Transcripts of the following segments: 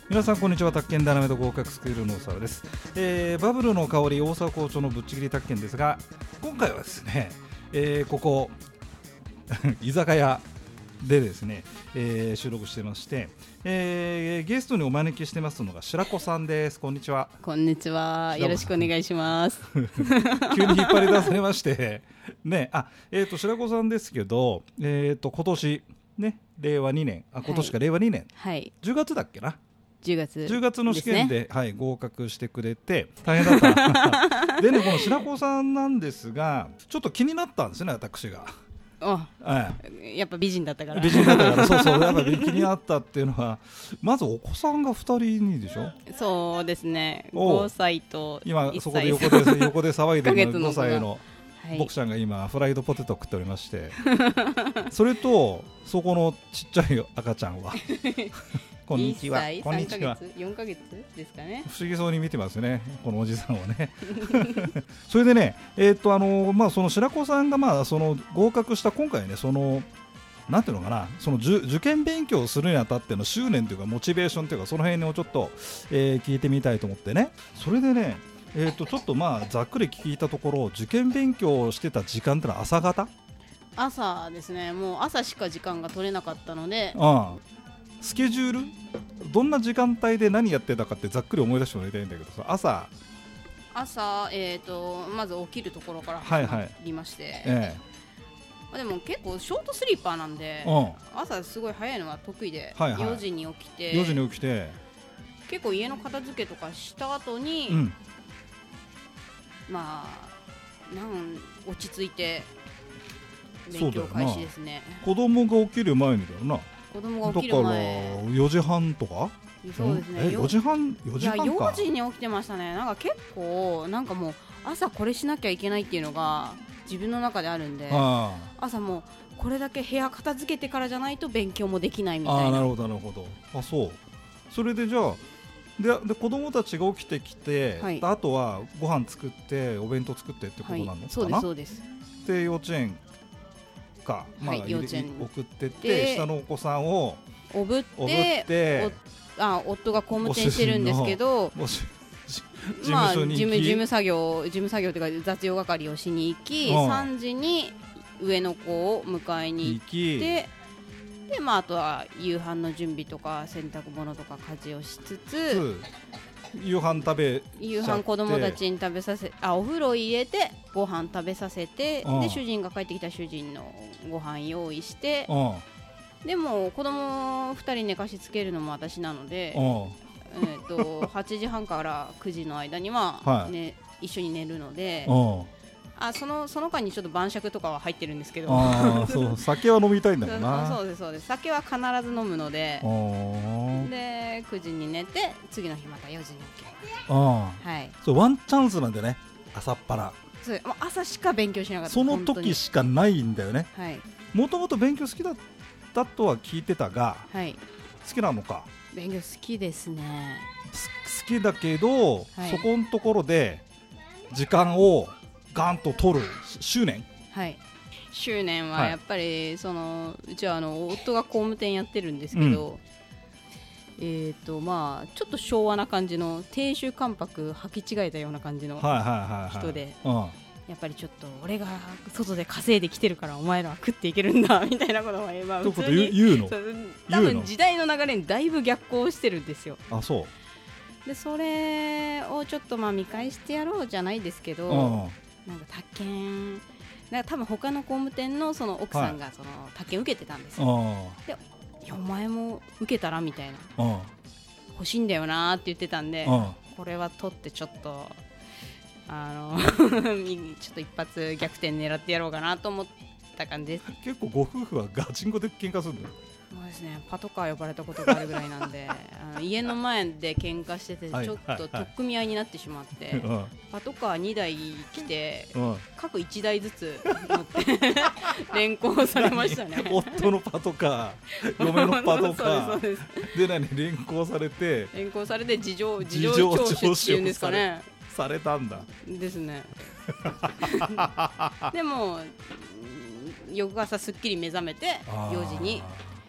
皆さんこんにちは。宅建ダイナメイト合格スクールの大沢です。バブルの香り大沢校長のぶっちぎり宅建ですが、今回はですね、ここ居酒屋でですね、収録してまして、ゲストにお招きしてますのが白子さんです。こんにちは。 こんにちは。よろしくお願いします急に引っ張り出されましてね、白子さんですけど、今年ね、令和2年、今年か令和2年、 はい、 10月だっけな、 10 月の試験で、はい、合格してくれて大変だったでね、この白子さんなんですが、ちょっと気になったんですね、私が。 やっぱ美人だったからそうそう、やっぱり気になったっていうのは、まずお子さんが2人にでしょ。 そうですね、5歳と1歳、 今そこで横で騒いでる5歳の僕ちゃんが今フライドポテト食っておりましてそれとそこのちっちゃい赤ちゃんはこんにちは、 こんにちは。4ヶ月ですかね。 不思議そうに見てますね、このおじさんはねそれでね、その白子さんがその合格した今回ね、そのなんていうのかな、その受験勉強をするにあたっての執念というかモチベーションというか、その辺をちょっと、聞いてみたいと思ってね。それでね、ちょっとざっくり聞いたところ、受験勉強をしてた時間ってのは朝方ですね。もう朝しか時間が取れなかったので、 スケジュールどんな時間帯で何やってたかってざっくり思い出してもらいたいんだけどさ。朝、 まず起きるところから始まりまして、でも結構ショートスリーパーなんで、朝すごい早いのは得意で、4時に起きて結構家の片付けとかした後に、落ち着いて勉強開始ですね。 子供が起きる前にだよな。 子供が起きる前だから4時半とか。 そうですね、 4時半か。 4時に起きてましたね。なんか結構もう朝これしなきゃいけないっていうのが自分の中であるんで、朝もうこれだけ部屋片付けてからじゃないと勉強もできないみたいな。 なるほどなるほど。そう。それでじゃあで子供たちが起きてきて、あとはご飯作ってお弁当作ってってことなのかな。 そうです。 で幼稚園か、 幼稚園送ってって下のお子さんをおぶって夫が工務店してるんですけど、事務作業というか雑用係をしに行き、3時に上の子を迎えに行ってで、あとは夕飯の準備とか洗濯物とか家事をしつつ、 夕飯子供たちに食べさせ、お風呂入れてご飯食べさせて、で主人が帰ってきたら主人のご飯用意して、でも子供2人寝かしつけるのも私なので、8時半から9時の間には、一緒に寝るので、その間にちょっと晩酌とかは入ってるんですけどそう酒は飲みたいんだもんなそうです。酒は必ず飲むので、で9時に寝て次の日また4時に起きる。 そうワンチャンスなんでね、朝っぱら。 朝しか勉強しなかった。 その時しかないんだよね。もともと勉強好きだったとは聞いてたが、好きなのか。 勉強好きですね。 好きだけど、そこのところで時間をガンと取る執念はやっぱりうちは夫が工務店やってるんですけど、ちょっと昭和な感じの亭主関白履き違えたような感じの人で、やっぱりちょっと俺が外で稼いできてるからお前らは食っていけるんだみたいなことを普通に言うの。 多分時代の流れにだいぶ逆行してるんですよ。 そうで、それをちょっと見返してやろうじゃないですけど、宅建多分他の工務店のその奥さんがその宅建受けてたんですよ。で、お前も受けたらみたいな、欲しいんだよなって言ってたんで、これは取ってちょっとちょっと一発逆転狙ってやろうかなと思った感じです。 結構ご夫婦はガチンコで喧嘩するんだよ。 そうですね、パトカー呼ばれたことがあるぐらいなんで家の前で喧嘩しててちょっと取っ組み合いになってしまって、パトカー2台来て、各1台ずつ乗って連行されましたね夫のパトカー、嫁のパトカーで連行されて事情聴取っていうんですかね、 されたんだですねでも翌朝すっきり目覚めて4時に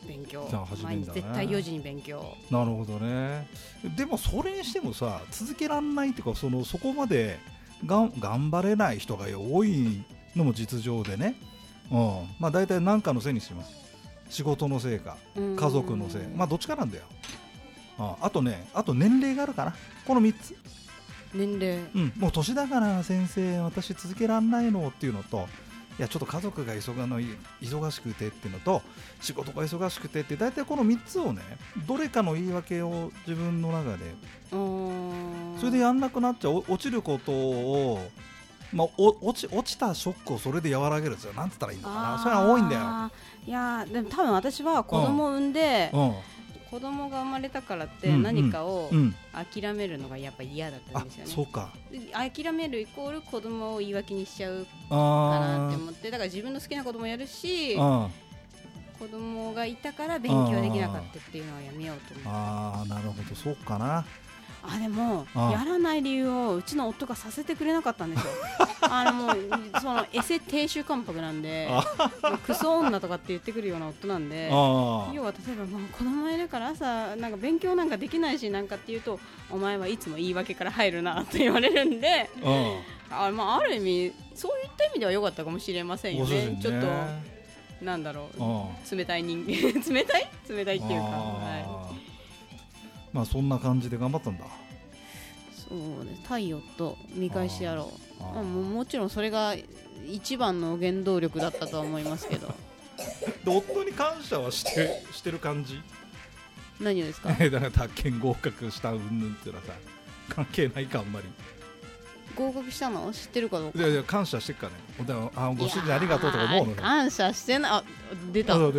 勉強。 じゃあ始めんだね。 毎日絶対4時に勉強。 なるほどね。でもそれにしてもさ、続けらんないっていうか、そこまで頑張れない人が多いのも実情でね、まあ大体何かのせいにします。仕事のせいか家族のせい、まあどっちかなんだよ。あとね、あと年齢があるかな、この3つ。 年齢、 もう年だから先生私続けらんないのっていうのと、いやちょっと家族が忙しくてっていうのと、仕事が忙しくてって、大体この3つをね、どれかの言い訳を自分の中で、それでやんなくなっちゃう、落ちることを、まあ、落ちたショックをそれで和らげるんですよ。なんつったらいいのかな、それは多いんだよ。 いやでも多分私は子供を産んで、子供が生まれたからって何かを諦めるのがやっぱ嫌だったんですよね。 そうか、 諦めるイコール子供を言い訳にしちゃうかなって思って、だから自分の好きな子供やるし、子供がいたから勉強できなかったっていうのはやめようと思って。 なるほど、そうかな。 でもやらない理由をうちの夫がさせてくれなかったんですよ。もうそのエセ亭主関白なんで、クソ女とかって言ってくるような夫なんで、要は例えばもう子供いるから朝なんか勉強なんかできないしなんかっていうと、お前はいつも言い訳から入るなって言われるんで、ある意味そういった意味では良かったかもしれませんよね。ちょっとなんだろう、冷たい人間冷たいっていうか、 まあそんな感じで頑張ったんだ。 そうです。太陽と見返してやろう。もちろんそれが一番の原動力だったとは思いますけど。 で夫に感謝はしてる感じ？ 何をですか？ だから宅建合格した云々っていうのはさ、関係ないかあんまり。 合格したの知ってるかどうか。 いや感謝してっかね。ご主人ありがとうとか思うの。 感謝してない。出た。 ご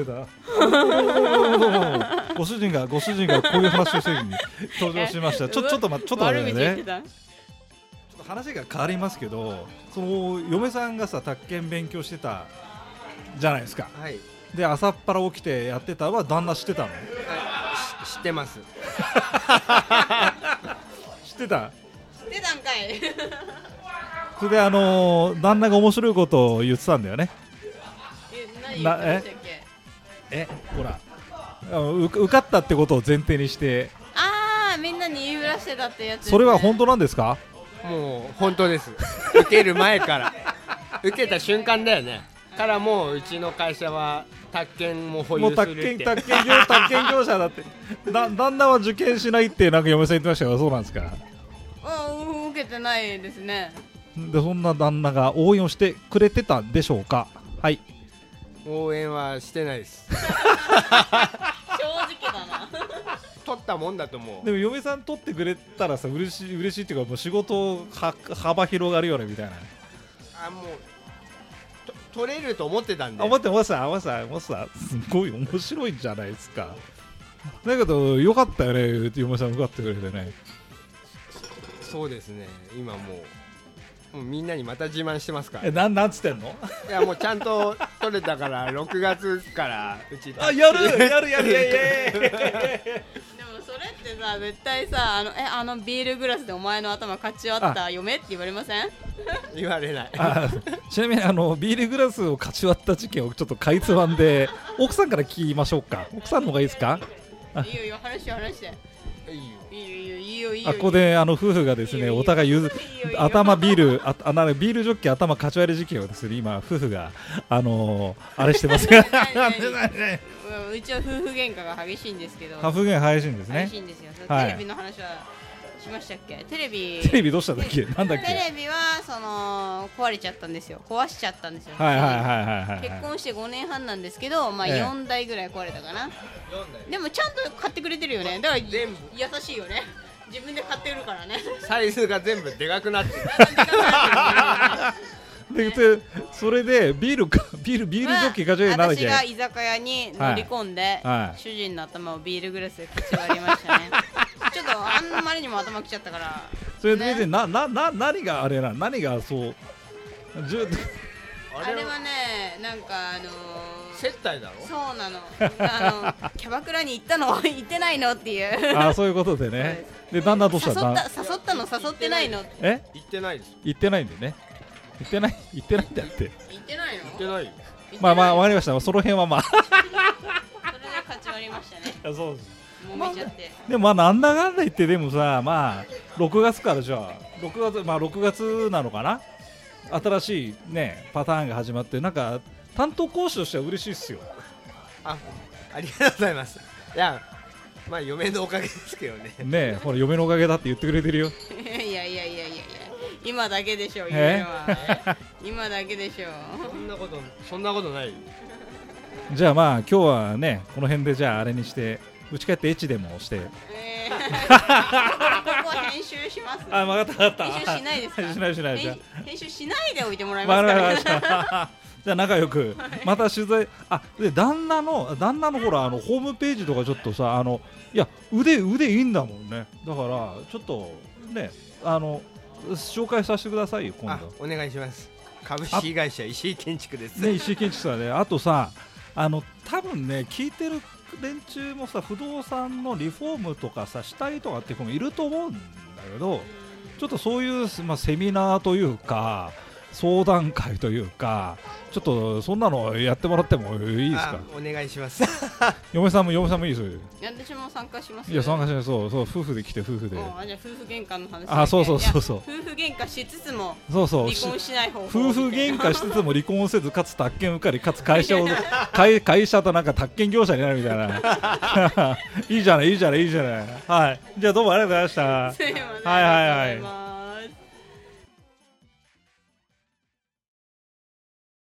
主人がこういう話をしてるに登場しました。ちょっと待ってね。ちょっと話が変わりますけど、その嫁さんがさ宅建勉強してたじゃないですか。 はい。 で朝っぱら起きてやってたは旦那知ってたの？ 知ってます。 知ってた？ 知ってたんかい。 それで旦那が面白いことを言ってたんだよね。 何言ってましたっけ？ ほら受かったってことを前提にして、 みんなに言いふらしてたってやつですね。 それは本当なんですか？ もう本当です。受ける前から受けた瞬間だよね。からもううちの会社は宅建も保有するって。 宅建業者だって旦那は受験しないってなんか嫁さん言ってましたが、そうなんですか？ 受けてないですね。 でそんな旦那が応援をしてくれてたんでしょうか？はい。 応援はしてないです。 正直だな。 取ったもんだと思う。 でも嫁さん取ってくれたらさ、嬉しいっていうか、もう仕事幅広がるよねみたいな。 もう取れると思ってたんで。 思ってましたすごい面白いんじゃないですか。だけどよかったよね、嫁さん受かってくれてね。 そうですね。今もうみんなにまた自慢してますから。 なんつってんの？ いやもうちゃんと取れたから6月からうちやるでもそれってさ、絶対さビールグラスでお前の頭かち割った嫁って言われません？ 言われない。 ちなみにビールグラスをかち割った事件をちょっとかいつまんで奥さんから聞きましょうか。奥さんの方がいいですか？ いいよ話していいよ。 ここで夫婦がですね、お互い頭ビールジョッキ頭かち割り事件をですね、今夫婦があれしてますが、うちは夫婦喧嘩が激しいんですけど。 夫婦喧嘩激しいんですね。 激しいんですよ。テレビの話はしましたっけ？テレビどうしたんだっけ？なんだっけ？ テレビは壊しちゃったんですよ。結婚して5年半なんですけど、4台ぐらい壊れたかな。でもちゃんと買ってくれてるよね。だから全部優しいよね。自分で買ってるからね。 サイズが全部でかくなってる。 でそれでビールジョッキかち割りなんだっけ？ 私が居酒屋に乗り込んで、主人の頭をビールグラスでかち割りましたね。ちょっとあんまりにも頭きちゃったから。 それで別に何があれな、何がそうあれはね、なんか接待だろ？ そうなの。キャバクラに行ったの行ってないのっていう。 そういうことでね。でだんだんどうしたの？ 誘ったの誘ってないの？ 行ってないです。 行ってないんでね。行ってないんだって。 行ってないの？ 行ってないよ。 わかりました。その辺はそれでかちやそうです。 揉めちゃって、 でもまあなんだかんだ言ってでもさ、まあ6月からじゃあ6月なのかな、新しいねパターンが始まって、なんか担当講師としては嬉しいっすよ。 ありがとうございます。いやまあ嫁のおかげですけどね。 ねえ、ほら嫁のおかげだって言ってくれてるよ。 いや今だけでしょ夢は。今だけでしょ。 そんなことない。 じゃあまあ今日はねこの辺でじゃああれにして家帰ってエッチでもして。ここ編集します。 あ、分かった。 編集しないですか。 しないじゃ編集しないでおいてもらいますから。 じゃあ仲良くまた取材。で旦那のほらホームページとかちょっとさいや腕いいんだもんね。だからちょっとね紹介させてくださいよ今度。 お願いします。株式会社石井建築です。 ね、石井建築さんね。あとさ多分ね聞いてる連中もさ不動産のリフォームとかさしたいとかって子もいると思うんだけど、ちょっとそういう、セミナーというか相談会というかちょっとそんなのやってもらってもいいですか。 お願いします。 嫁さんもいいですよ。 私も参加します。 いや参加しない。そう夫婦で来て夫婦で。 じゃあ夫婦喧嘩の話。 そう。 夫婦喧嘩しつつも離婚しない方法。 夫婦喧嘩しつつも離婚せずかつ宅建受かりかつ会社となんか宅建業者になるみたいな。いいじゃない。はい。じゃあどうもありがとうございました。 はい。